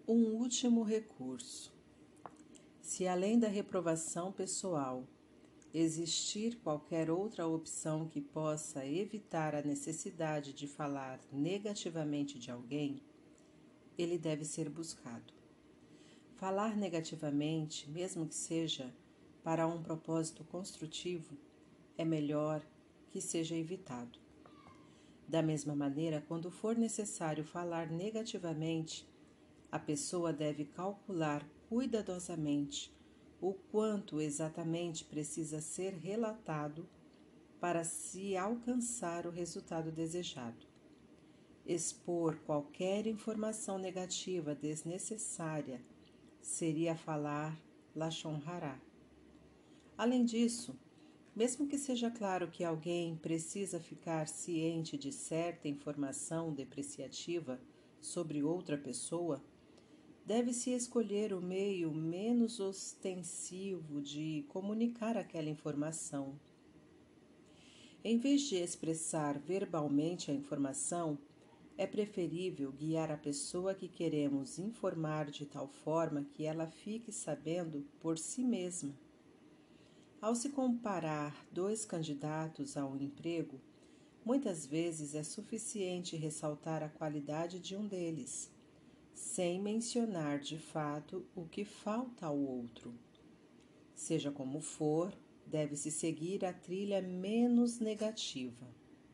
Um último recurso. Se além da reprovação pessoal existir qualquer outra opção que possa evitar a necessidade de falar negativamente de alguém, ele deve ser buscado. Falar negativamente, mesmo que seja para um propósito construtivo, é melhor que seja evitado. Da mesma maneira, quando for necessário falar negativamente, a pessoa deve calcular cuidadosamente o quanto exatamente precisa ser relatado para se alcançar o resultado desejado. Expor qualquer informação negativa desnecessária seria falar Lashon Hará. Além disso, mesmo que seja claro que alguém precisa ficar ciente de certa informação depreciativa sobre outra pessoa, deve-se escolher o meio menos ostensivo de comunicar aquela informação. Em vez de expressar verbalmente a informação, é preferível guiar a pessoa que queremos informar de tal forma que ela fique sabendo por si mesma. Ao se comparar dois candidatos a um emprego, muitas vezes é suficiente ressaltar a qualidade de um deles, sem mencionar de fato o que falta ao outro. Seja como for, deve-se seguir a trilha menos negativa.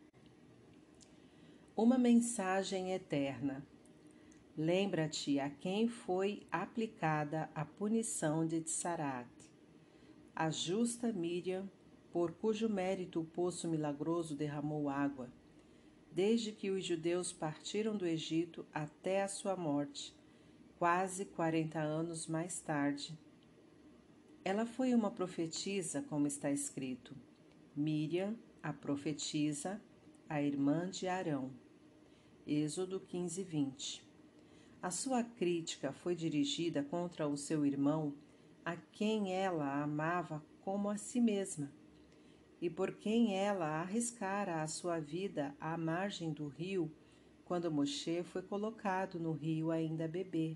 Uma mensagem eterna. Lembra-te a quem foi aplicada a punição de Tsarat, a justa Miriam, por cujo mérito o poço milagroso derramou água, desde que os judeus partiram do Egito até a sua morte, quase 40 anos mais tarde. Ela foi uma profetisa, como está escrito. Miriam, a profetisa, a irmã de Arão. Êxodo 15, 20. A sua crítica foi dirigida contra o seu irmão, a quem ela amava como a si mesma, e por quem ela arriscara a sua vida à margem do rio, quando Moshe foi colocado no rio ainda bebê.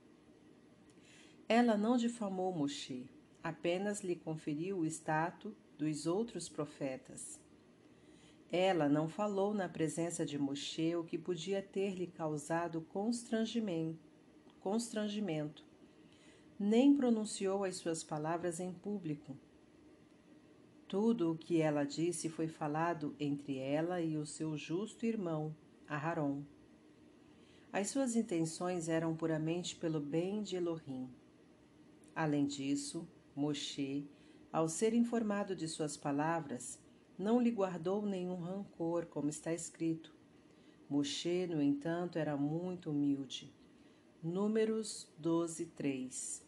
Ela não difamou Moshe, apenas lhe conferiu o status dos outros profetas. Ela não falou na presença de Moshe o que podia ter-lhe causado constrangimento, nem pronunciou as suas palavras em público. Tudo o que ela disse foi falado entre ela e o seu justo irmão, Aharon. As suas intenções eram puramente pelo bem de Elohim. Além disso, Moshe, ao ser informado de suas palavras, não lhe guardou nenhum rancor, como está escrito. Moshe, no entanto, era muito humilde. Números 12, 3.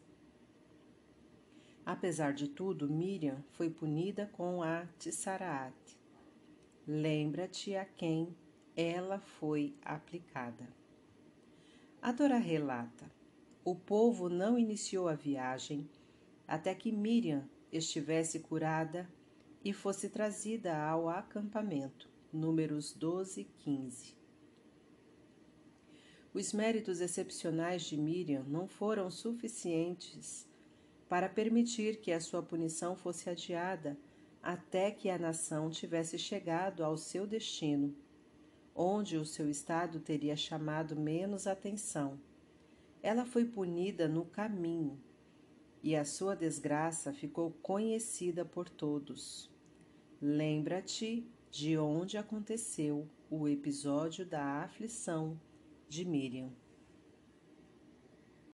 Apesar de tudo, Miriam foi punida com a Tissaraat. Lembra-te a quem ela foi aplicada. A Torá relata: o povo não iniciou a viagem até que Miriam estivesse curada e fosse trazida ao acampamento. Números 12, 15. Os méritos excepcionais de Miriam não foram suficientes para permitir que a sua punição fosse adiada até que a nação tivesse chegado ao seu destino, onde o seu estado teria chamado menos atenção. Ela foi punida no caminho, e a sua desgraça ficou conhecida por todos. Lembra-te de onde aconteceu o episódio da aflição de Miriam.